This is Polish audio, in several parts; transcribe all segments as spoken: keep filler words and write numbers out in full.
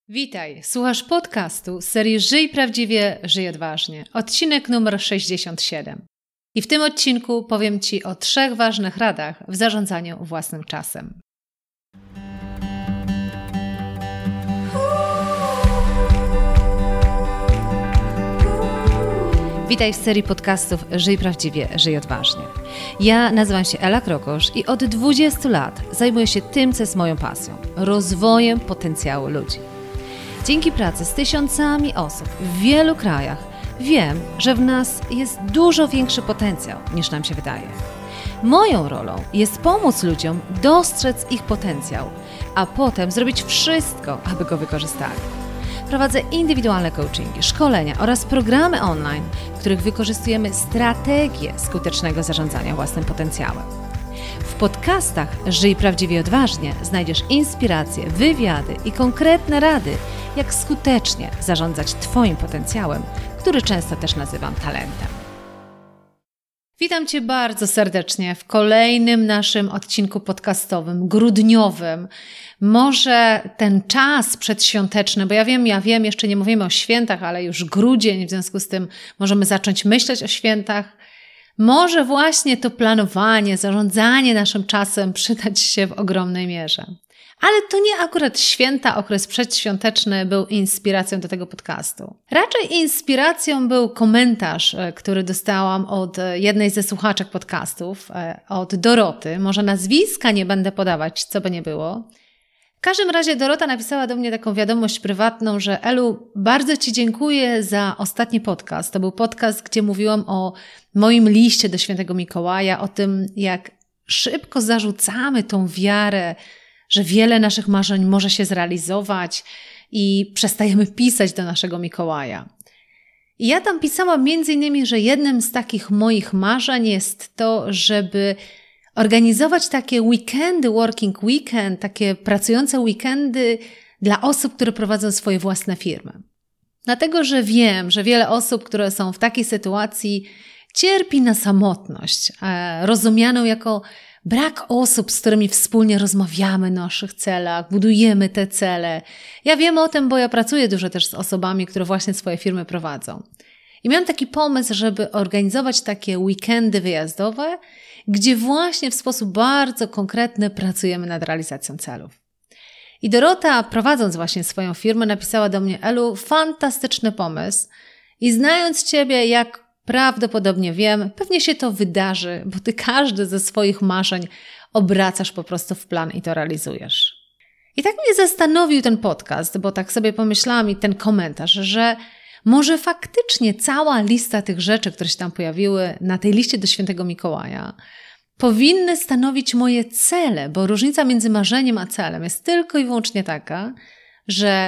Witaj, słuchasz podcastu z serii Żyj prawdziwie, żyj odważnie, odcinek numer sześćdziesiąt siedem. I w tym odcinku powiem Ci o trzech ważnych radach w zarządzaniu własnym czasem. Witaj w serii podcastów Żyj prawdziwie, żyj odważnie. Ja nazywam się Ela Krokosz i od dwudziestu lat zajmuję się tym, co jest moją pasją – rozwojem potencjału ludzi. Dzięki pracy z tysiącami osób w wielu krajach wiem, że w nas jest dużo większy potencjał niż nam się wydaje. Moją rolą jest pomóc ludziom dostrzec ich potencjał, a potem zrobić wszystko, aby go wykorzystali. Prowadzę indywidualne coachingi, szkolenia oraz programy online, w których wykorzystujemy strategię skutecznego zarządzania własnym potencjałem. W podcastach Żyj prawdziwie odważnie znajdziesz inspiracje, wywiady i konkretne rady, jak skutecznie zarządzać Twoim potencjałem, który często też nazywam talentem. Witam Cię bardzo serdecznie w kolejnym naszym odcinku podcastowym, grudniowym. Może ten czas przedświąteczny, bo ja wiem, ja wiem, jeszcze nie mówimy o świętach, ale już grudzień, w związku z tym możemy zacząć myśleć o świętach. Może właśnie to planowanie, zarządzanie naszym czasem przydać się w ogromnej mierze. Ale to nie akurat święta, okres przedświąteczny był inspiracją do tego podcastu. Raczej inspiracją był komentarz, który dostałam od jednej ze słuchaczek podcastów, od Doroty. Może nazwiska nie będę podawać, co by nie było. W każdym razie Dorota napisała do mnie taką wiadomość prywatną, że Elu, bardzo Ci dziękuję za ostatni podcast. To był podcast, gdzie mówiłam o moim liście do świętego Mikołaja, o tym, jak szybko zarzucamy tą wiarę, że wiele naszych marzeń może się zrealizować i przestajemy pisać do naszego Mikołaja. I ja tam pisałam między innymi, że jednym z takich moich marzeń jest to, żeby organizować takie weekendy, working weekend, takie pracujące weekendy dla osób, które prowadzą swoje własne firmy. Dlatego, że wiem, że wiele osób, które są w takiej sytuacji, cierpi na samotność, rozumianą jako brak osób, z którymi wspólnie rozmawiamy o naszych celach, budujemy te cele. Ja wiem o tym, bo ja pracuję dużo też z osobami, które właśnie swoje firmy prowadzą. I miałam taki pomysł, żeby organizować takie weekendy wyjazdowe, gdzie właśnie w sposób bardzo konkretny pracujemy nad realizacją celów. I Dorota, prowadząc właśnie swoją firmę, napisała do mnie: Elu, fantastyczny pomysł i znając Ciebie, jak prawdopodobnie wiem, pewnie się to wydarzy, bo Ty każdy ze swoich marzeń obracasz po prostu w plan i to realizujesz. I tak mnie zastanowił ten podcast, bo tak sobie pomyślałam i ten komentarz, że może faktycznie cała lista tych rzeczy, które się tam pojawiły na tej liście do świętego Mikołaja, powinny stanowić moje cele, bo różnica między marzeniem a celem jest tylko i wyłącznie taka, że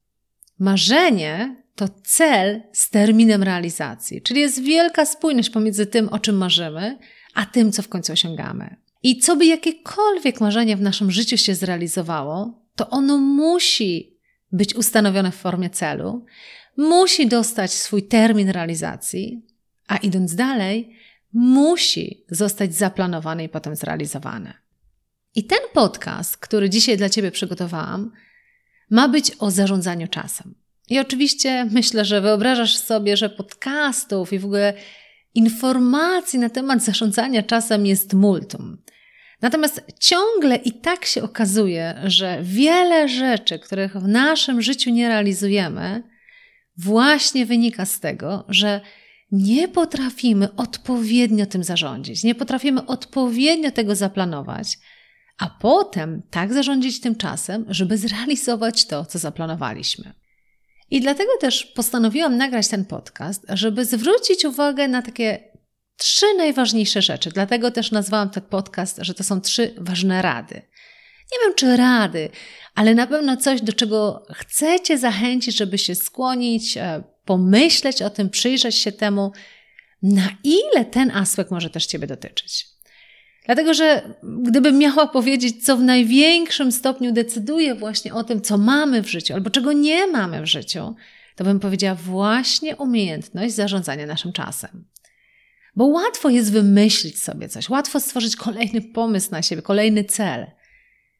marzenie to cel z terminem realizacji, czyli jest wielka spójność pomiędzy tym, o czym marzymy, a tym, co w końcu osiągamy. I co by jakiekolwiek marzenie w naszym życiu się zrealizowało, to ono musi być ustanowione w formie celu, musi dostać swój termin realizacji, a idąc dalej, musi zostać zaplanowane i potem zrealizowane. I ten podcast, który dzisiaj dla Ciebie przygotowałam, ma być o zarządzaniu czasem. I oczywiście myślę, że wyobrażasz sobie, że podcastów i w ogóle informacji na temat zarządzania czasem jest multum. Natomiast ciągle i tak się okazuje, że wiele rzeczy, których w naszym życiu nie realizujemy, właśnie wynika z tego, że nie potrafimy odpowiednio tym zarządzić, nie potrafimy odpowiednio tego zaplanować, a potem tak zarządzić tym czasem, żeby zrealizować to, co zaplanowaliśmy. I dlatego też postanowiłam nagrać ten podcast, żeby zwrócić uwagę na takie trzy najważniejsze rzeczy. Dlatego też nazwałam ten podcast, że to są trzy ważne rady. Nie wiem, czy rady, ale na pewno coś, do czego chcę Cię zachęcić, żeby się skłonić, pomyśleć o tym, przyjrzeć się temu, na ile ten aspekt może też Ciebie dotyczyć. Dlatego, że gdybym miała powiedzieć, co w największym stopniu decyduje właśnie o tym, co mamy w życiu albo czego nie mamy w życiu, to bym powiedziała właśnie umiejętność zarządzania naszym czasem. Bo łatwo jest wymyślić sobie coś, łatwo stworzyć kolejny pomysł na siebie, kolejny cel.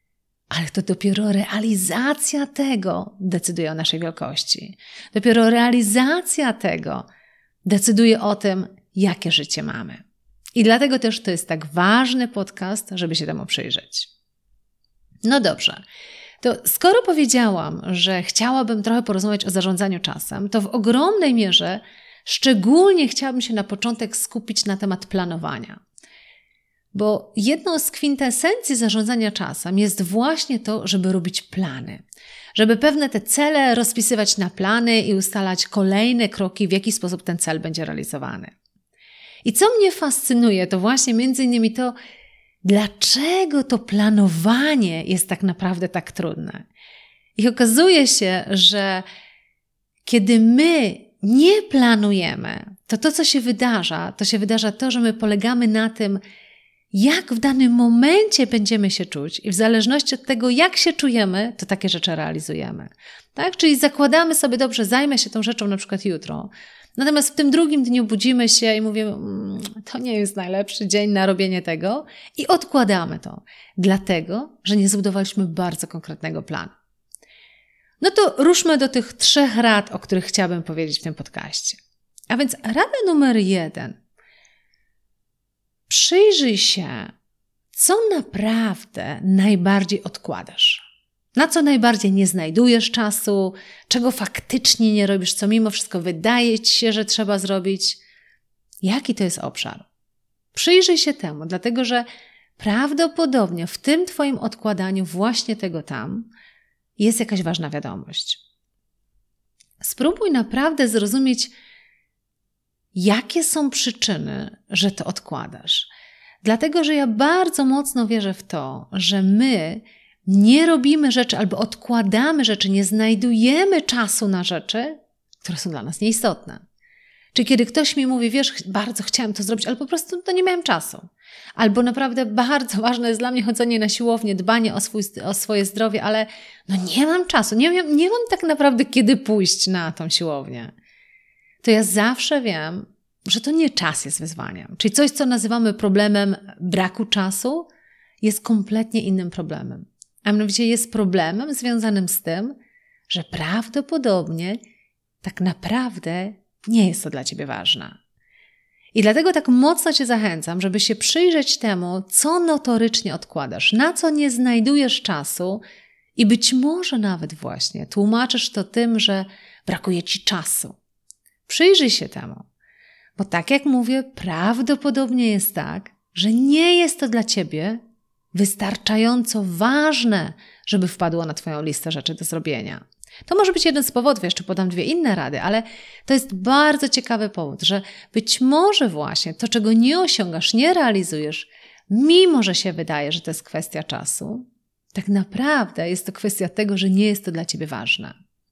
Ale to dopiero realizacja tego decyduje o naszej wielkości. Dopiero realizacja tego decyduje o tym, jakie życie mamy. I dlatego też to jest tak ważny podcast, żeby się temu przyjrzeć. No dobrze, to skoro powiedziałam, że chciałabym trochę porozmawiać o zarządzaniu czasem, to w ogromnej mierze szczególnie chciałabym się na początek skupić na temat planowania. Bo jedną z kwintesencji zarządzania czasem jest właśnie to, żeby robić plany. Żeby pewne te cele rozpisywać na plany i ustalać kolejne kroki, w jaki sposób ten cel będzie realizowany. I co mnie fascynuje, to właśnie między innymi to, dlaczego to planowanie jest tak naprawdę tak trudne. I okazuje się, że kiedy my nie planujemy, to to, co się wydarza, to się wydarza to, że my polegamy na tym, jak w danym momencie będziemy się czuć i w zależności od tego, jak się czujemy, to takie rzeczy realizujemy. Tak? Czyli zakładamy sobie, dobrze, zajmę się tą rzeczą na przykład jutro. Natomiast w tym drugim dniu budzimy się i mówimy, mmm, to nie jest najlepszy dzień na robienie tego i odkładamy to. Dlatego, że nie zbudowaliśmy bardzo konkretnego planu. No to ruszmy do tych trzech rad, o których chciałabym powiedzieć w tym podcaście. A więc rada numer jeden. Przyjrzyj się, co naprawdę najbardziej odkładasz. Na co najbardziej nie znajdujesz czasu, czego faktycznie nie robisz, co mimo wszystko wydaje ci się, że trzeba zrobić. Jaki to jest obszar? Przyjrzyj się temu, dlatego że prawdopodobnie w tym twoim odkładaniu właśnie tego tam jest jakaś ważna wiadomość. Spróbuj naprawdę zrozumieć, jakie są przyczyny, że to odkładasz. Dlatego, że ja bardzo mocno wierzę w to, że my nie robimy rzeczy albo odkładamy rzeczy, nie znajdujemy czasu na rzeczy, które są dla nas nieistotne. Czy kiedy ktoś mi mówi, wiesz, bardzo chciałem to zrobić, ale po prostu to nie miałem czasu. Albo naprawdę bardzo ważne jest dla mnie chodzenie na siłownię, dbanie o, swój, o swoje zdrowie, ale no nie mam czasu, nie mam, nie mam tak naprawdę kiedy pójść na tą siłownię. To ja zawsze wiem, że to nie czas jest wyzwaniem. Czyli coś, co nazywamy problemem braku czasu, jest kompletnie innym problemem. A mianowicie jest problemem związanym z tym, że prawdopodobnie tak naprawdę nie jest to dla ciebie ważne. I dlatego tak mocno cię zachęcam, żeby się przyjrzeć temu, co notorycznie odkładasz, na co nie znajdujesz czasu i być może nawet właśnie tłumaczysz to tym, że brakuje ci czasu. Przyjrzyj się temu, bo tak jak mówię, prawdopodobnie jest tak, że nie jest to dla ciebie wystarczająco ważne, żeby wpadło na twoją listę rzeczy do zrobienia. To może być jeden z powodów, jeszcze podam dwie inne rady, ale to jest bardzo ciekawy powód, że być może właśnie to, czego nie osiągasz, nie realizujesz, mimo że się wydaje, że to jest kwestia czasu, tak naprawdę jest to kwestia tego, że nie jest to dla ciebie ważne.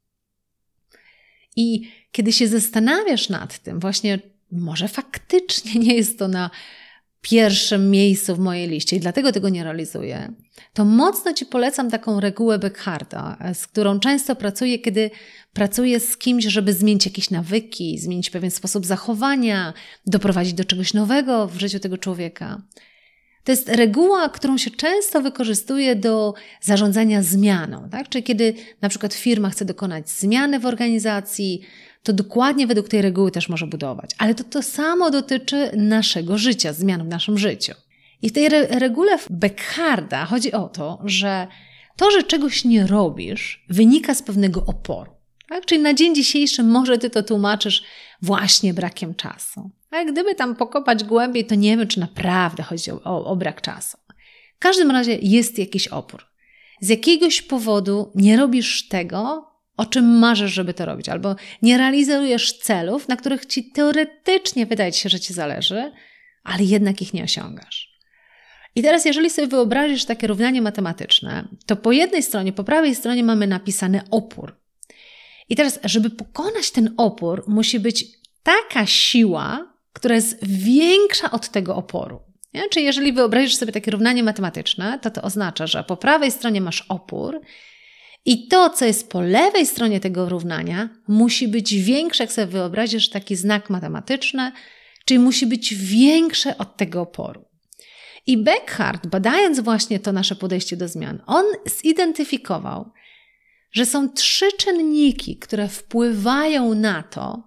I kiedy się zastanawiasz nad tym, właśnie może faktycznie nie jest to na pierwszym miejscu w mojej liście i dlatego tego nie realizuję, to mocno ci polecam taką regułę Beckharta, z którą często pracuję, kiedy pracuję z kimś, żeby zmienić jakieś nawyki, zmienić pewien sposób zachowania, doprowadzić do czegoś nowego w życiu tego człowieka. To jest reguła, którą się często wykorzystuje do zarządzania zmianą. Tak? Czyli kiedy na przykład firma chce dokonać zmiany w organizacji, to dokładnie według tej reguły też może budować. Ale to to samo dotyczy naszego życia, zmian w naszym życiu. I w tej re- regule Beckharta chodzi o to, że to, że czegoś nie robisz, wynika z pewnego oporu. Tak? Czyli na dzień dzisiejszy może ty to tłumaczysz właśnie brakiem czasu. Ale gdyby tam pokopać głębiej, to nie wiem, czy naprawdę chodzi o, o, o brak czasu. W każdym razie jest jakiś opór. Z jakiegoś powodu nie robisz tego, o czym marzysz, żeby to robić, albo nie realizujesz celów, na których ci teoretycznie wydaje ci się, że ci zależy, ale jednak ich nie osiągasz. I teraz, jeżeli sobie wyobrazisz takie równanie matematyczne, to po jednej stronie, po prawej stronie mamy napisany opór. I teraz, żeby pokonać ten opór, musi być taka siła, która jest większa od tego oporu. Nie? Czyli jeżeli wyobrazisz sobie takie równanie matematyczne, to to oznacza, że po prawej stronie masz opór i to, co jest po lewej stronie tego równania, musi być większe, jak sobie wyobrazisz taki znak matematyczny, czyli musi być większe od tego oporu. I Beckhart, badając właśnie to nasze podejście do zmian, on zidentyfikował, że są trzy czynniki, które wpływają na to,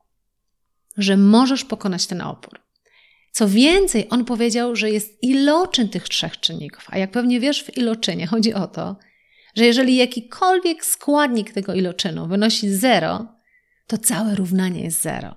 że możesz pokonać ten opór. Co więcej, on powiedział, że jest iloczyn tych trzech czynników. A jak pewnie wiesz, w iloczynie chodzi o to, że jeżeli jakikolwiek składnik tego iloczynu wynosi zero, to całe równanie jest zero.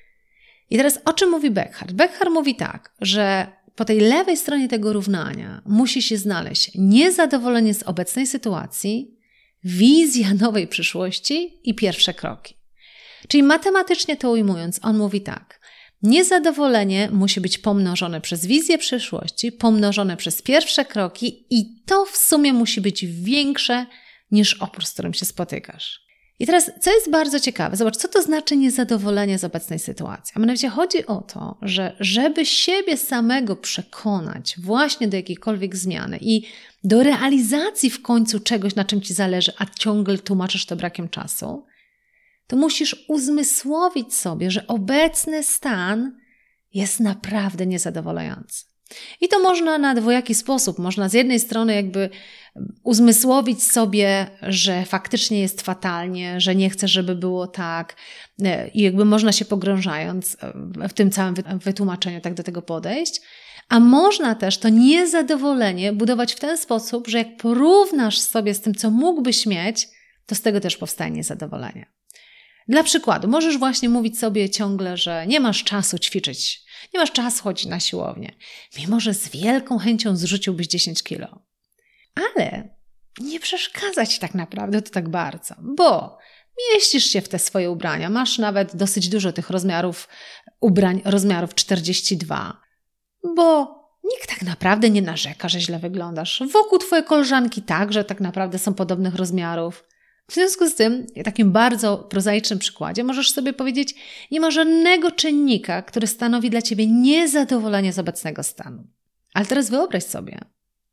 I teraz o czym mówi Beckhart? Beckhart mówi tak, że po tej lewej stronie tego równania musi się znaleźć niezadowolenie z obecnej sytuacji, wizja nowej przyszłości i pierwsze kroki. Czyli matematycznie to ujmując, on mówi tak, niezadowolenie musi być pomnożone przez wizję przyszłości, pomnożone przez pierwsze kroki i to w sumie musi być większe niż opór, z którym się spotykasz. I teraz, co jest bardzo ciekawe, zobacz, co to znaczy niezadowolenie z obecnej sytuacji. A mianowicie chodzi o to, że żeby siebie samego przekonać właśnie do jakiejkolwiek zmiany i do realizacji w końcu czegoś, na czym ci zależy, a ciągle tłumaczysz to brakiem czasu, to musisz uzmysłowić sobie, że obecny stan jest naprawdę niezadowalający. I to można na dwojaki sposób. Można z jednej strony jakby uzmysłowić sobie, że faktycznie jest fatalnie, że nie chcesz, żeby było tak i jakby można się pogrążając w tym całym wytłumaczeniu tak do tego podejść. A można też to niezadowolenie budować w ten sposób, że jak porównasz sobie z tym, co mógłbyś mieć, to z tego też powstaje niezadowolenie. Dla przykładu, możesz właśnie mówić sobie ciągle, że nie masz czasu ćwiczyć, nie masz czasu chodzić na siłownię, mimo że z wielką chęcią zrzuciłbyś dziesięć kilo. Ale nie przeszkadzać tak naprawdę to tak bardzo, bo mieścisz się w te swoje ubrania, masz nawet dosyć dużo tych rozmiarów ubrań, rozmiarów czterdzieści dwa, bo nikt tak naprawdę nie narzeka, że źle wyglądasz. Wokół twoje koleżanki także tak naprawdę są podobnych rozmiarów. W związku z tym, w takim bardzo prozaicznym przykładzie, możesz sobie powiedzieć, nie ma żadnego czynnika, który stanowi dla ciebie niezadowolenie z obecnego stanu. Ale teraz wyobraź sobie,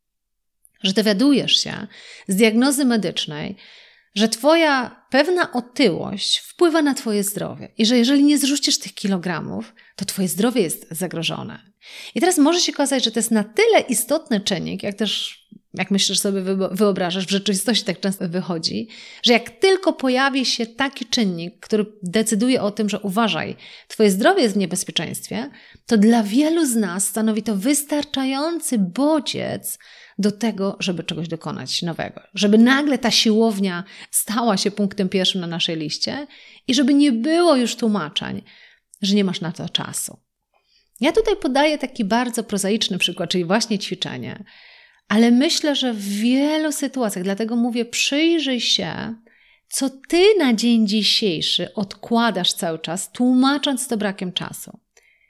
że dowiadujesz się z diagnozy medycznej, że twoja pewna otyłość wpływa na twoje zdrowie i że jeżeli nie zrzucisz tych kilogramów, to twoje zdrowie jest zagrożone. I teraz może się okazać, że to jest na tyle istotny czynnik, jak też, jak myślisz sobie, wyobrażasz, w rzeczywistości tak często wychodzi, że jak tylko pojawi się taki czynnik, który decyduje o tym, że uważaj, twoje zdrowie jest w niebezpieczeństwie, to dla wielu z nas stanowi to wystarczający bodziec do tego, żeby czegoś dokonać nowego. Żeby nagle ta siłownia stała się punktem pierwszym na naszej liście i żeby nie było już tłumaczeń, że nie masz na to czasu. Ja tutaj podaję taki bardzo prozaiczny przykład, czyli właśnie ćwiczenie, ale myślę, że w wielu sytuacjach, dlatego mówię, przyjrzyj się, co ty na dzień dzisiejszy odkładasz cały czas, tłumacząc to brakiem czasu.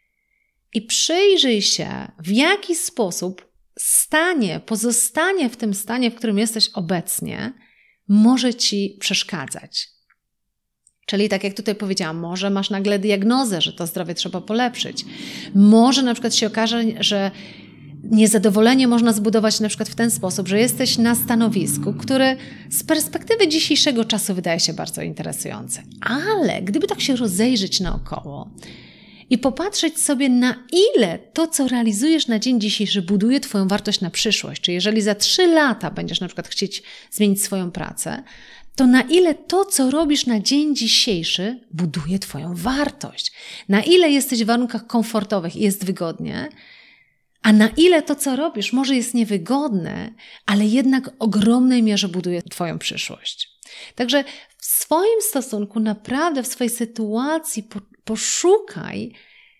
I przyjrzyj się, w jaki sposób stanie, pozostanie w tym stanie, w którym jesteś obecnie, może ci przeszkadzać. Czyli tak jak tutaj powiedziałam, może masz nagle diagnozę, że to zdrowie trzeba polepszyć. Może na przykład się okaże, że niezadowolenie można zbudować na przykład w ten sposób, że jesteś na stanowisku, które z perspektywy dzisiejszego czasu wydaje się bardzo interesujące. Ale gdyby tak się rozejrzeć naokoło i popatrzeć sobie, na ile to, co realizujesz na dzień dzisiejszy, buduje twoją wartość na przyszłość, czyli jeżeli za trzy lata będziesz na przykład chcieć zmienić swoją pracę, to na ile to, co robisz na dzień dzisiejszy, buduje twoją wartość. Na ile jesteś w warunkach komfortowych i jest wygodnie, a na ile to, co robisz, może jest niewygodne, ale jednak w ogromnej mierze buduje twoją przyszłość. Także w swoim stosunku, naprawdę w swojej sytuacji po, poszukaj,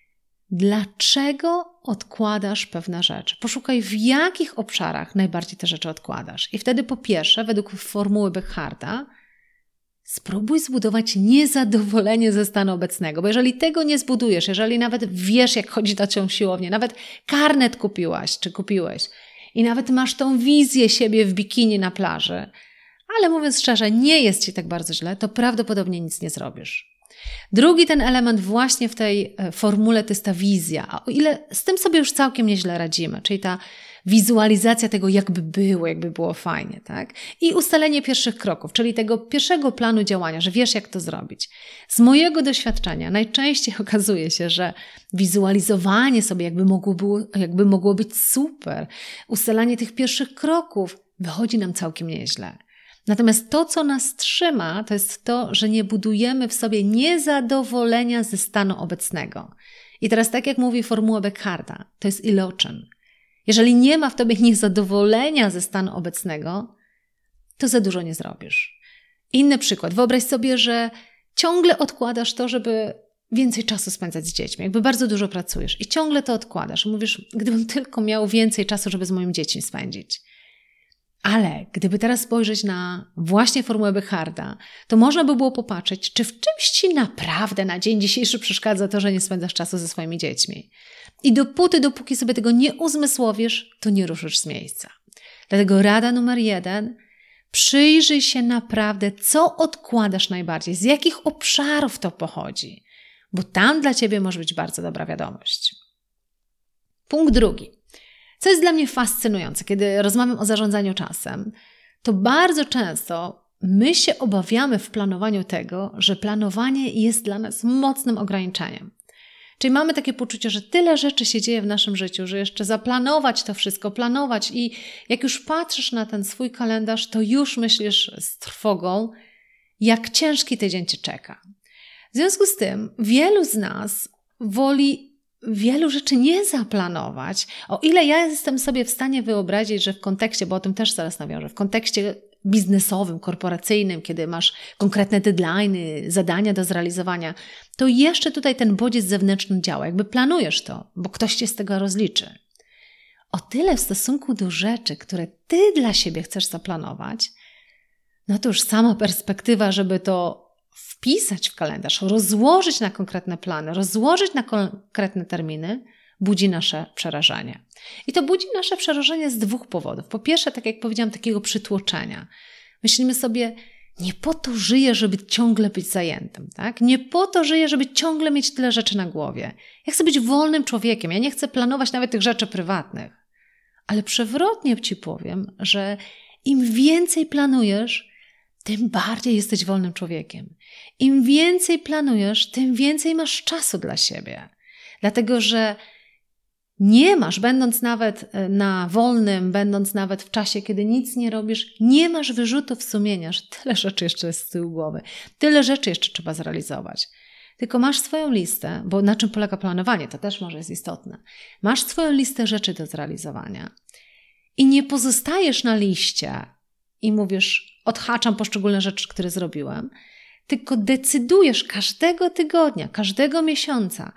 dlaczego odkładasz pewne rzeczy. Poszukaj, w jakich obszarach najbardziej te rzeczy odkładasz. I wtedy po pierwsze, według formuły Beckharta, spróbuj zbudować niezadowolenie ze stanu obecnego, bo jeżeli tego nie zbudujesz, jeżeli nawet wiesz, jak chodzić na tą siłownię, nawet karnet kupiłaś, czy kupiłeś i nawet masz tą wizję siebie w bikini na plaży, ale mówiąc szczerze, nie jest ci tak bardzo źle, to prawdopodobnie nic nie zrobisz. Drugi ten element właśnie w tej formule to jest ta wizja, a o ile z tym sobie już całkiem nieźle radzimy, czyli ta wizualizacja tego, jakby było, jakby było fajnie, tak? I ustalenie pierwszych kroków, czyli tego pierwszego planu działania, że wiesz, jak to zrobić. Z mojego doświadczenia najczęściej okazuje się, że wizualizowanie sobie, jakby mogło, było, jakby mogło być super, ustalanie tych pierwszych kroków wychodzi nam całkiem nieźle. Natomiast to, co nas trzyma, to jest to, że nie budujemy w sobie niezadowolenia ze stanu obecnego. I teraz tak jak mówi formuła Beckharta, to jest iloczyn. Jeżeli nie ma w tobie niezadowolenia ze stanu obecnego, to za dużo nie zrobisz. Inny przykład. Wyobraź sobie, że ciągle odkładasz to, żeby więcej czasu spędzać z dziećmi. Jakby bardzo dużo pracujesz i ciągle to odkładasz. Mówisz, gdybym tylko miał więcej czasu, żeby z moimi dziećmi spędzić. Ale gdyby teraz spojrzeć na właśnie formułę Beckharta, to można by było popatrzeć, czy w czymś ci naprawdę na dzień dzisiejszy przeszkadza to, że nie spędzasz czasu ze swoimi dziećmi. I dopóty, dopóki sobie tego nie uzmysłowisz, to nie ruszysz z miejsca. Dlatego rada numer jeden, przyjrzyj się naprawdę, co odkładasz najbardziej, z jakich obszarów to pochodzi, bo tam dla ciebie może być bardzo dobra wiadomość. Punkt drugi. Co jest dla mnie fascynujące, kiedy rozmawiam o zarządzaniu czasem, to bardzo często my się obawiamy w planowaniu tego, że planowanie jest dla nas mocnym ograniczeniem. Czyli mamy takie poczucie, że tyle rzeczy się dzieje w naszym życiu, że jeszcze zaplanować to wszystko, planować i jak już patrzysz na ten swój kalendarz, to już myślisz z trwogą, jak ciężki tydzień cię czeka. W związku z tym wielu z nas woli wielu rzeczy nie zaplanować, o ile ja jestem sobie w stanie wyobrazić, że w kontekście, bo o tym też zaraz nawiążę, w kontekście biznesowym, korporacyjnym, kiedy masz konkretne deadline'y, zadania do zrealizowania, to jeszcze tutaj ten bodziec zewnętrzny działa, jakby planujesz to, bo ktoś cię z tego rozliczy. O tyle w stosunku do rzeczy, które ty dla siebie chcesz zaplanować, no to już sama perspektywa, żeby to wpisać w kalendarz, rozłożyć na konkretne plany, rozłożyć na konkretne terminy, budzi nasze przerażenie. I to budzi nasze przerażenie z dwóch powodów. Po pierwsze, tak jak powiedziałam, takiego przytłoczenia. Myślimy sobie, nie po to żyję, żeby ciągle być zajętym, tak? Nie po to żyję, żeby ciągle mieć tyle rzeczy na głowie. Ja chcę być wolnym człowiekiem, ja nie chcę planować nawet tych rzeczy prywatnych. Ale przewrotnie ci powiem, że im więcej planujesz, tym bardziej jesteś wolnym człowiekiem. Im więcej planujesz, tym więcej masz czasu dla siebie. Dlatego, że nie masz, będąc nawet na wolnym, będąc nawet w czasie, kiedy nic nie robisz, nie masz wyrzutów sumienia, że tyle rzeczy jeszcze jest z tyłu głowy, tyle rzeczy jeszcze trzeba zrealizować. Tylko masz swoją listę, bo na czym polega planowanie, to też może jest istotne. Masz swoją listę rzeczy do zrealizowania i nie pozostajesz na liście i mówisz, odhaczam poszczególne rzeczy, które zrobiłem, tylko decydujesz każdego tygodnia, każdego miesiąca,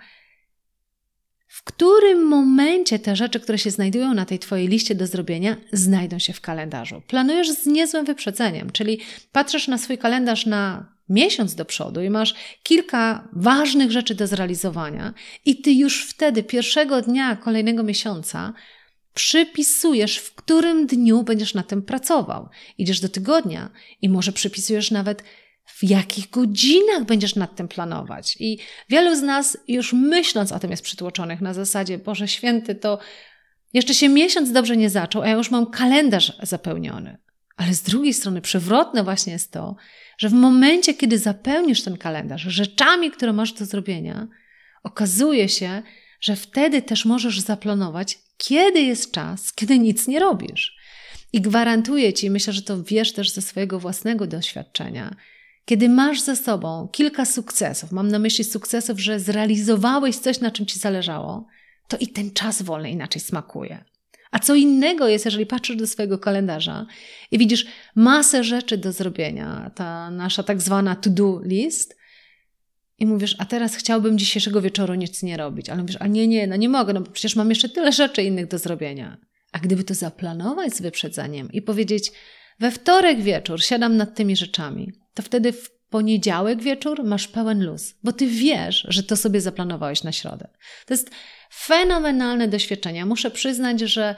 w którym momencie te rzeczy, które się znajdują na tej twojej liście do zrobienia, znajdą się w kalendarzu. Planujesz z niezłym wyprzedzeniem, czyli patrzysz na swój kalendarz na miesiąc do przodu i masz kilka ważnych rzeczy do zrealizowania i ty już wtedy, pierwszego dnia kolejnego miesiąca, przypisujesz, w którym dniu będziesz na tym pracował. Idziesz do tygodnia i może przypisujesz nawet, w jakich godzinach będziesz nad tym planować. I wielu z nas już myśląc o tym jest przytłoczonych na zasadzie, Boże Święty, to jeszcze się miesiąc dobrze nie zaczął, a ja już mam kalendarz zapełniony. Ale z drugiej strony przewrotne właśnie jest to, że w momencie, kiedy zapełnisz ten kalendarz rzeczami, które masz do zrobienia, okazuje się, że wtedy też możesz zaplanować, kiedy jest czas, kiedy nic nie robisz. I gwarantuję ci, myślę, że to wiesz też ze swojego własnego doświadczenia, kiedy masz ze sobą kilka sukcesów, mam na myśli sukcesów, że zrealizowałeś coś, na czym ci zależało, to i ten czas wolny inaczej smakuje. A co innego jest, jeżeli patrzysz do swojego kalendarza i widzisz masę rzeczy do zrobienia, ta nasza tak zwana to-do list, i mówisz, a teraz chciałbym dzisiejszego wieczoru nic nie robić. Ale mówisz, a nie, nie, no nie mogę, no bo przecież mam jeszcze tyle rzeczy innych do zrobienia. A gdyby to zaplanować z wyprzedzeniem i powiedzieć, we wtorek wieczór siadam nad tymi rzeczami, to wtedy w poniedziałek wieczór masz pełen luz, bo ty wiesz, że to sobie zaplanowałeś na środę. To jest fenomenalne doświadczenie. Muszę przyznać, że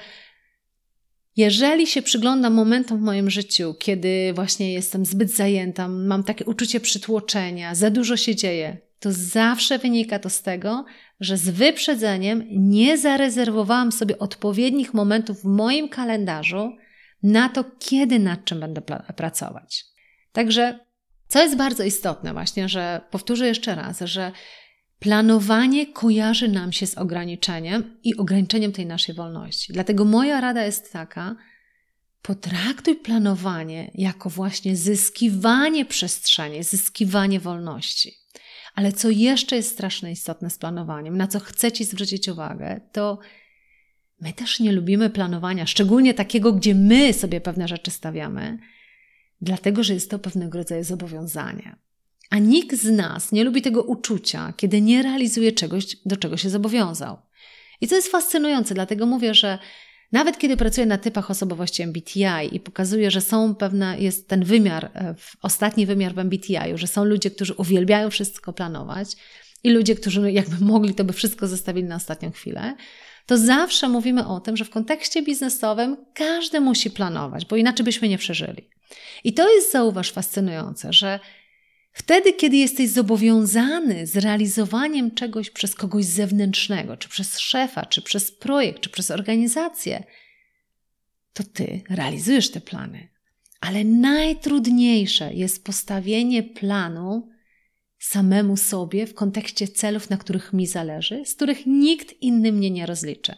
jeżeli się przyglądam momentom w moim życiu, kiedy właśnie jestem zbyt zajęta, mam takie uczucie przytłoczenia, za dużo się dzieje, to zawsze wynika to z tego, że z wyprzedzeniem nie zarezerwowałam sobie odpowiednich momentów w moim kalendarzu na to, kiedy nad czym będę pracować. Także co jest bardzo istotne właśnie, że powtórzę jeszcze raz, że planowanie kojarzy nam się z ograniczeniem i ograniczeniem tej naszej wolności. Dlatego moja rada jest taka, potraktuj planowanie jako właśnie zyskiwanie przestrzeni, zyskiwanie wolności. Ale co jeszcze jest strasznie istotne z planowaniem, na co chcę Ci zwrócić uwagę, to my też nie lubimy planowania, szczególnie takiego, gdzie my sobie pewne rzeczy stawiamy, dlatego, że jest to pewnego rodzaju zobowiązanie. A nikt z nas nie lubi tego uczucia, kiedy nie realizuje czegoś, do czego się zobowiązał. I to jest fascynujące, dlatego mówię, że nawet kiedy pracuję na typach osobowości M B T I i pokazuję, że są pewne, jest ten wymiar, ostatni wymiar w M B T I u, że są ludzie, którzy uwielbiają wszystko planować i ludzie, którzy jakby mogli, to by wszystko zostawili na ostatnią chwilę, to zawsze mówimy o tym, że w kontekście biznesowym każdy musi planować, bo inaczej byśmy nie przeżyli. I to jest, zauważ, fascynujące, że wtedy, kiedy jesteś zobowiązany z realizowaniem czegoś przez kogoś zewnętrznego, czy przez szefa, czy przez projekt, czy przez organizację, to ty realizujesz te plany. Ale najtrudniejsze jest postawienie planu samemu sobie w kontekście celów, na których mi zależy, z których nikt inny mnie nie rozliczy.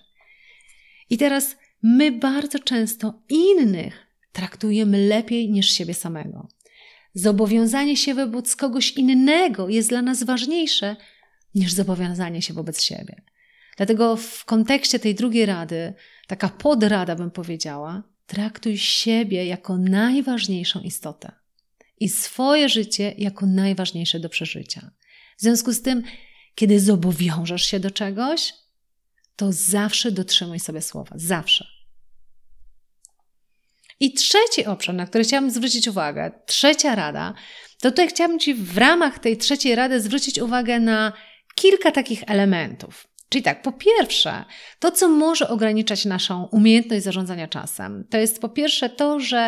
I teraz my bardzo często innych traktujemy lepiej niż siebie samego. Zobowiązanie się wobec kogoś innego jest dla nas ważniejsze niż zobowiązanie się wobec siebie. Dlatego w kontekście tej drugiej rady, taka podrada bym powiedziała, traktuj siebie jako najważniejszą istotę i swoje życie jako najważniejsze do przeżycia. W związku z tym, kiedy zobowiążesz się do czegoś, to zawsze dotrzymuj sobie słowa. Zawsze. I trzeci obszar, na który chciałabym zwrócić uwagę, trzecia rada, to tutaj chciałabym Ci w ramach tej trzeciej rady zwrócić uwagę na kilka takich elementów. Czyli tak, po pierwsze, to co może ograniczać naszą umiejętność zarządzania czasem, to jest po pierwsze to, że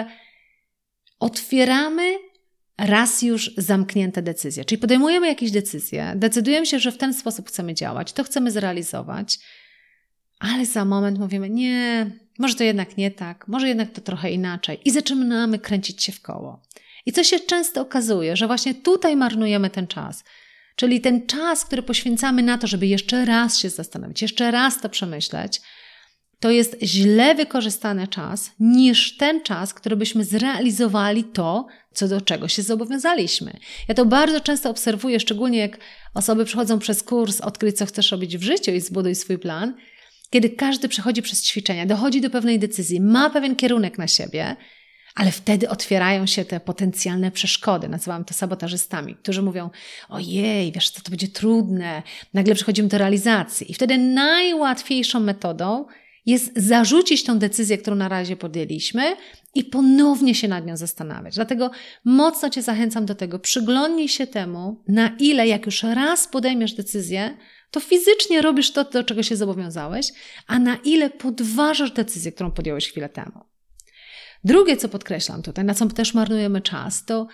otwieramy raz już zamknięte decyzje. Czyli podejmujemy jakieś decyzje, decydujemy się, że w ten sposób chcemy działać, to chcemy zrealizować, ale za moment mówimy, nie, może to jednak nie tak, może jednak to trochę inaczej i zaczynamy kręcić się w koło. I co się często okazuje, że właśnie tutaj marnujemy ten czas, czyli ten czas, który poświęcamy na to, żeby jeszcze raz się zastanowić, jeszcze raz to przemyśleć, to jest źle wykorzystany czas niż ten czas, który byśmy zrealizowali to, co do czego się zobowiązaliśmy. Ja to bardzo często obserwuję, szczególnie jak osoby przechodzą przez kurs Odkryj, co chcesz robić w życiu i zbuduj swój plan, kiedy każdy przechodzi przez ćwiczenia, dochodzi do pewnej decyzji, ma pewien kierunek na siebie, ale wtedy otwierają się te potencjalne przeszkody, nazywam to sabotażystami, którzy mówią, ojej, wiesz co, to będzie trudne, nagle przechodzimy do realizacji. I wtedy najłatwiejszą metodą jest zarzucić tą decyzję, którą na razie podjęliśmy i ponownie się nad nią zastanawiać. Dlatego mocno Cię zachęcam do tego, przyglądnij się temu, na ile jak już raz podejmiesz decyzję, to fizycznie robisz to, do czego się zobowiązałeś, a na ile podważasz decyzję, którą podjąłeś chwilę temu. Drugie, co podkreślam tutaj, na co też marnujemy czas, to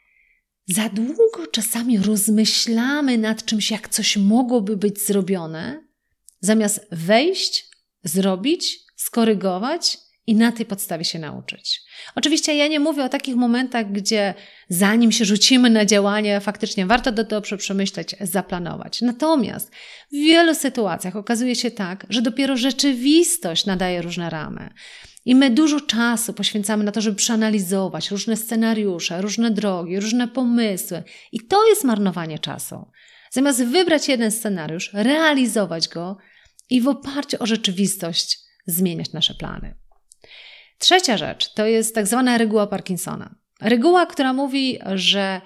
za długo czasami rozmyślamy nad czymś, jak coś mogłoby być zrobione, zamiast wejść, zrobić, skorygować i na tej podstawie się nauczyć. Oczywiście ja nie mówię o takich momentach, gdzie zanim się rzucimy na działanie, faktycznie warto to dobrze przemyśleć, zaplanować. Natomiast w wielu sytuacjach okazuje się tak, że dopiero rzeczywistość nadaje różne ramy. I my dużo czasu poświęcamy na to, żeby przeanalizować różne scenariusze, różne drogi, różne pomysły. I to jest marnowanie czasu. Zamiast wybrać jeden scenariusz, realizować go i w oparciu o rzeczywistość zmieniać nasze plany. Trzecia rzecz to jest tak zwana reguła Parkinsona. Reguła, która mówi, że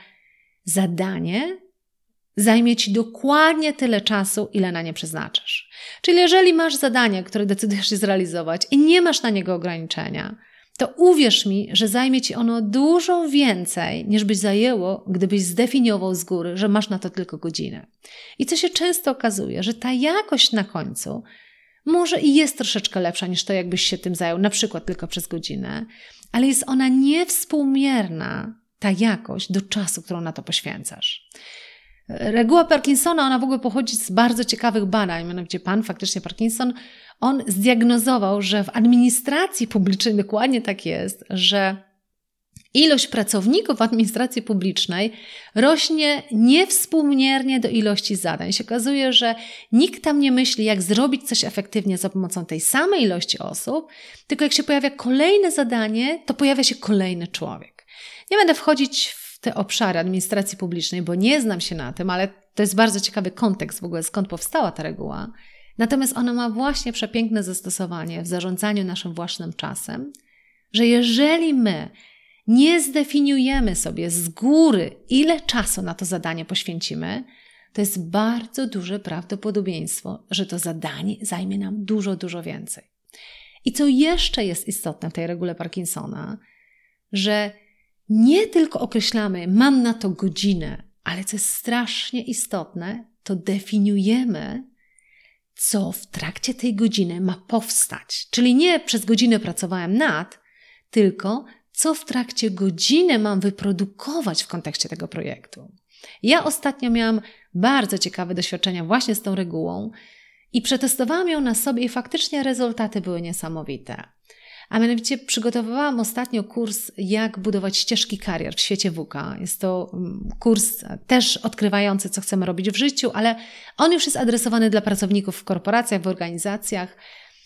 zadanie zajmie Ci dokładnie tyle czasu, ile na nie przeznaczysz. Czyli jeżeli masz zadanie, które decydujesz się zrealizować i nie masz na niego ograniczenia, to uwierz mi, że zajmie Ci ono dużo więcej, niż byś zajęło, gdybyś zdefiniował z góry, że masz na to tylko godzinę. I co się często okazuje, że ta jakość na końcu może i jest troszeczkę lepsza niż to, jakbyś się tym zajął, na przykład tylko przez godzinę, ale jest ona niewspółmierna, ta jakość, do czasu, którą na to poświęcasz. Reguła Parkinsona, ona w ogóle pochodzi z bardzo ciekawych badań, mianowicie pan faktycznie Parkinson, on zdiagnozował, że w administracji publicznej dokładnie tak jest, że ilość pracowników w administracji publicznej rośnie niewspółmiernie do ilości zadań. Się okazuje, że nikt tam nie myśli, jak zrobić coś efektywnie za pomocą tej samej ilości osób, tylko jak się pojawia kolejne zadanie, to pojawia się kolejny człowiek. Nie będę wchodzić w te obszary administracji publicznej, bo nie znam się na tym, ale to jest bardzo ciekawy kontekst w ogóle, skąd powstała ta reguła. Natomiast ona ma właśnie przepiękne zastosowanie w zarządzaniu naszym własnym czasem, że jeżeli my nie zdefiniujemy sobie z góry, ile czasu na to zadanie poświęcimy, to jest bardzo duże prawdopodobieństwo, że to zadanie zajmie nam dużo, dużo więcej. I co jeszcze jest istotne w tej regule Parkinsona, że nie tylko określamy, mam na to godzinę, ale co jest strasznie istotne, to definiujemy, co w trakcie tej godziny ma powstać. Czyli nie przez godzinę pracowałem nad, tylko co w trakcie godziny mam wyprodukować w kontekście tego projektu. Ja ostatnio miałam bardzo ciekawe doświadczenia właśnie z tą regułą i przetestowałam ją na sobie i faktycznie rezultaty były niesamowite. A mianowicie przygotowywałam ostatnio kurs Jak budować ścieżki karier w świecie wuka. Jest to kurs też odkrywający, co chcemy robić w życiu, ale on już jest adresowany dla pracowników w korporacjach, w organizacjach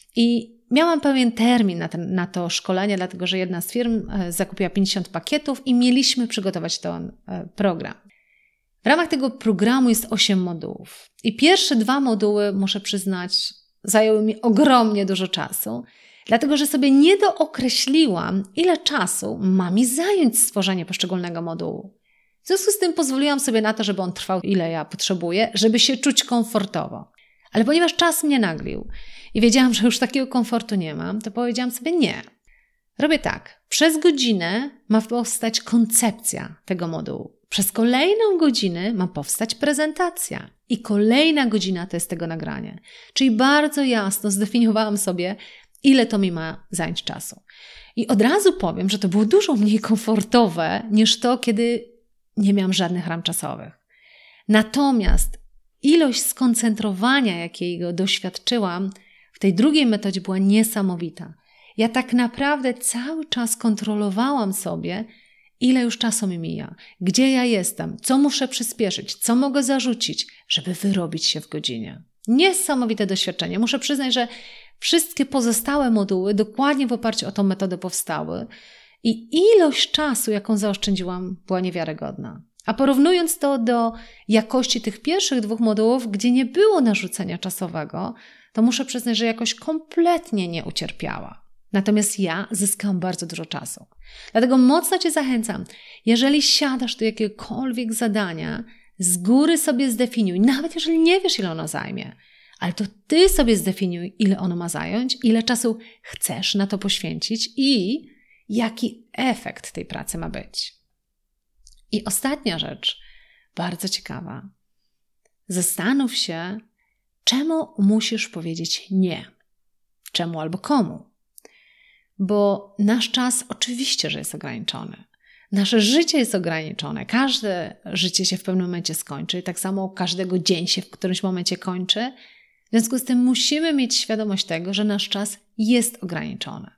i miałam pewien termin na, ten, na to szkolenie, dlatego że jedna z firm zakupiła pięćdziesiąt pakietów i mieliśmy przygotować ten program. W ramach tego programu jest osiem modułów i pierwsze dwa moduły, muszę przyznać, zajęły mi ogromnie dużo czasu, dlatego że sobie nie dookreśliłam, ile czasu ma mi zająć stworzenie poszczególnego modułu. W związku z tym pozwoliłam sobie na to, żeby on trwał ile ja potrzebuję, żeby się czuć komfortowo. Ale ponieważ czas mnie naglił i wiedziałam, że już takiego komfortu nie mam, to powiedziałam sobie nie. Robię tak. Przez godzinę ma powstać koncepcja tego modułu. Przez kolejną godzinę ma powstać prezentacja. I kolejna godzina to jest tego nagranie. Czyli bardzo jasno zdefiniowałam sobie, ile to mi ma zająć czasu. I od razu powiem, że to było dużo mniej komfortowe niż to, kiedy nie miałam żadnych ram czasowych. Natomiast ilość skoncentrowania, jakiego doświadczyłam w tej drugiej metodzie, była niesamowita. Ja tak naprawdę cały czas kontrolowałam sobie, ile już czasu mi mija, gdzie ja jestem, co muszę przyspieszyć, co mogę zarzucić, żeby wyrobić się w godzinie. Niesamowite doświadczenie. Muszę przyznać, że wszystkie pozostałe moduły dokładnie w oparciu o tą metodę powstały i ilość czasu, jaką zaoszczędziłam, była niewiarygodna. A porównując to do jakości tych pierwszych dwóch modułów, gdzie nie było narzucenia czasowego, to muszę przyznać, że jakoś kompletnie nie ucierpiała. Natomiast ja zyskałam bardzo dużo czasu. Dlatego mocno Cię zachęcam, jeżeli siadasz do jakiegokolwiek zadania, z góry sobie zdefiniuj, nawet jeżeli nie wiesz, ile ono zajmie, ale to Ty sobie zdefiniuj, ile ono ma zająć, ile czasu chcesz na to poświęcić i jaki efekt tej pracy ma być. I ostatnia rzecz, bardzo ciekawa. Zastanów się, czemu musisz powiedzieć nie. Czemu albo komu. Bo nasz czas oczywiście, że jest ograniczony. Nasze życie jest ograniczone. Każde życie się w pewnym momencie skończy. Tak samo każdego dzień się w którymś momencie kończy. W związku z tym musimy mieć świadomość tego, że nasz czas jest ograniczony.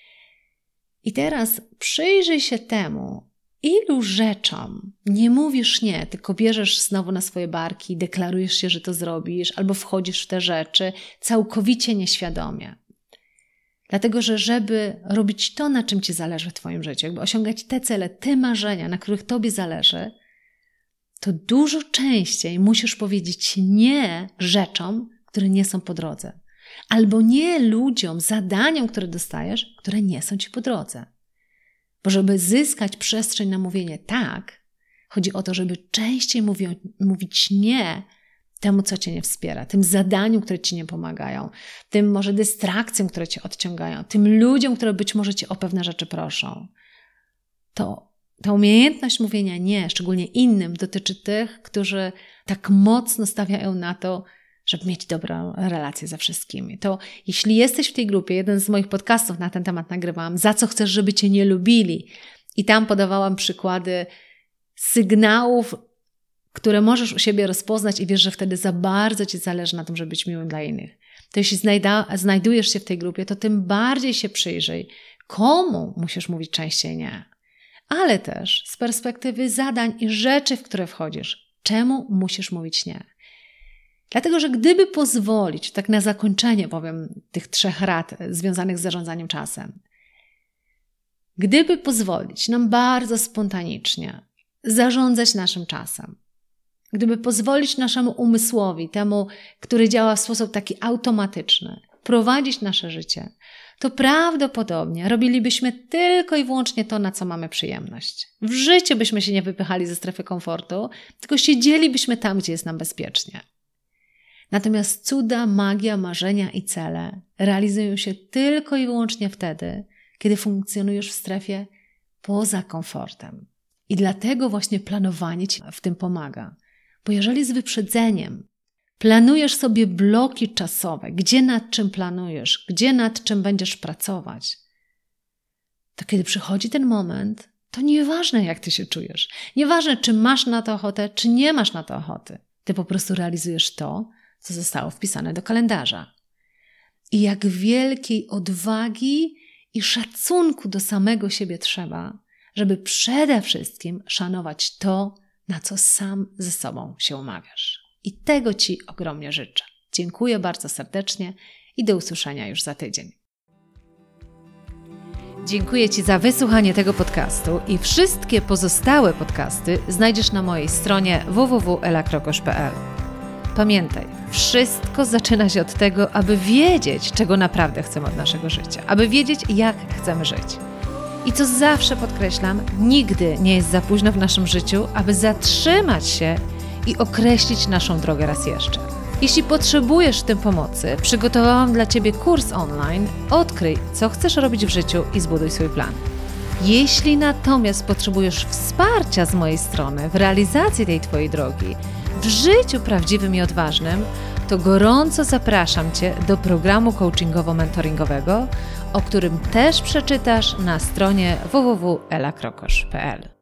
I teraz przyjrzyj się temu, ilu rzeczom nie mówisz nie, tylko bierzesz znowu na swoje barki, deklarujesz się, że to zrobisz, albo wchodzisz w te rzeczy całkowicie nieświadomie. Dlatego, że żeby robić to, na czym Ci zależy w Twoim życiu, jakby osiągać te cele, te marzenia, na których Tobie zależy, to dużo częściej musisz powiedzieć nie rzeczom, które nie są po drodze. Albo nie ludziom, zadaniom, które dostajesz, które nie są Ci po drodze. Bo żeby zyskać przestrzeń na mówienie tak, chodzi o to, żeby częściej mówi, mówić nie temu, co Cię nie wspiera, tym zadaniom, które Ci nie pomagają, tym może dystrakcjom, które Cię odciągają, tym ludziom, które być może Cię o pewne rzeczy proszą. To ta umiejętność mówienia nie, szczególnie innym, dotyczy tych, którzy tak mocno stawiają na to, żeby mieć dobrą relację ze wszystkimi. To jeśli jesteś w tej grupie, jeden z moich podcastów na ten temat nagrywałam, za co chcesz, żeby Cię nie lubili. I tam podawałam przykłady sygnałów, które możesz u siebie rozpoznać i wiesz, że wtedy za bardzo Ci zależy na tym, żeby być miłym dla innych. To jeśli znajda- znajdujesz się w tej grupie, to tym bardziej się przyjrzyj, komu musisz mówić częściej nie. Ale też z perspektywy zadań i rzeczy, w które wchodzisz, czemu musisz mówić nie. Dlatego, że gdyby pozwolić, tak na zakończenie powiem tych trzech rad związanych z zarządzaniem czasem, gdyby pozwolić nam bardzo spontanicznie zarządzać naszym czasem, gdyby pozwolić naszemu umysłowi, temu, który działa w sposób taki automatyczny, prowadzić nasze życie, to prawdopodobnie robilibyśmy tylko i wyłącznie to, na co mamy przyjemność. W życiu byśmy się nie wypychali ze strefy komfortu, tylko siedzielibyśmy tam, gdzie jest nam bezpiecznie. Natomiast cuda, magia, marzenia i cele realizują się tylko i wyłącznie wtedy, kiedy funkcjonujesz w strefie poza komfortem. I dlatego właśnie planowanie Ci w tym pomaga. Bo jeżeli z wyprzedzeniem planujesz sobie bloki czasowe, gdzie nad czym planujesz, gdzie nad czym będziesz pracować, to kiedy przychodzi ten moment, to nieważne jak Ty się czujesz. Nieważne, czy masz na to ochotę, czy nie masz na to ochoty. Ty po prostu realizujesz to, co zostało wpisane do kalendarza. I jak wielkiej odwagi i szacunku do samego siebie trzeba, żeby przede wszystkim szanować to, na co sam ze sobą się umawiasz. I tego Ci ogromnie życzę. Dziękuję bardzo serdecznie i do usłyszenia już za tydzień. Dziękuję Ci za wysłuchanie tego podcastu i wszystkie pozostałe podcasty znajdziesz na mojej stronie w w w kropka ela krokosz kropka p l. Pamiętaj, wszystko zaczyna się od tego, aby wiedzieć, czego naprawdę chcemy od naszego życia, aby wiedzieć, jak chcemy żyć. I co zawsze podkreślam, nigdy nie jest za późno w naszym życiu, aby zatrzymać się i określić naszą drogę raz jeszcze. Jeśli potrzebujesz w tym pomocy, przygotowałam dla Ciebie kurs online Odkryj, co chcesz robić w życiu i zbuduj swój plan. Jeśli natomiast potrzebujesz wsparcia z mojej strony w realizacji tej Twojej drogi, w życiu prawdziwym i odważnym, to gorąco zapraszam Cię do programu coachingowo-mentoringowego, o którym też przeczytasz na stronie w w w kropka ela krokosz kropka p l.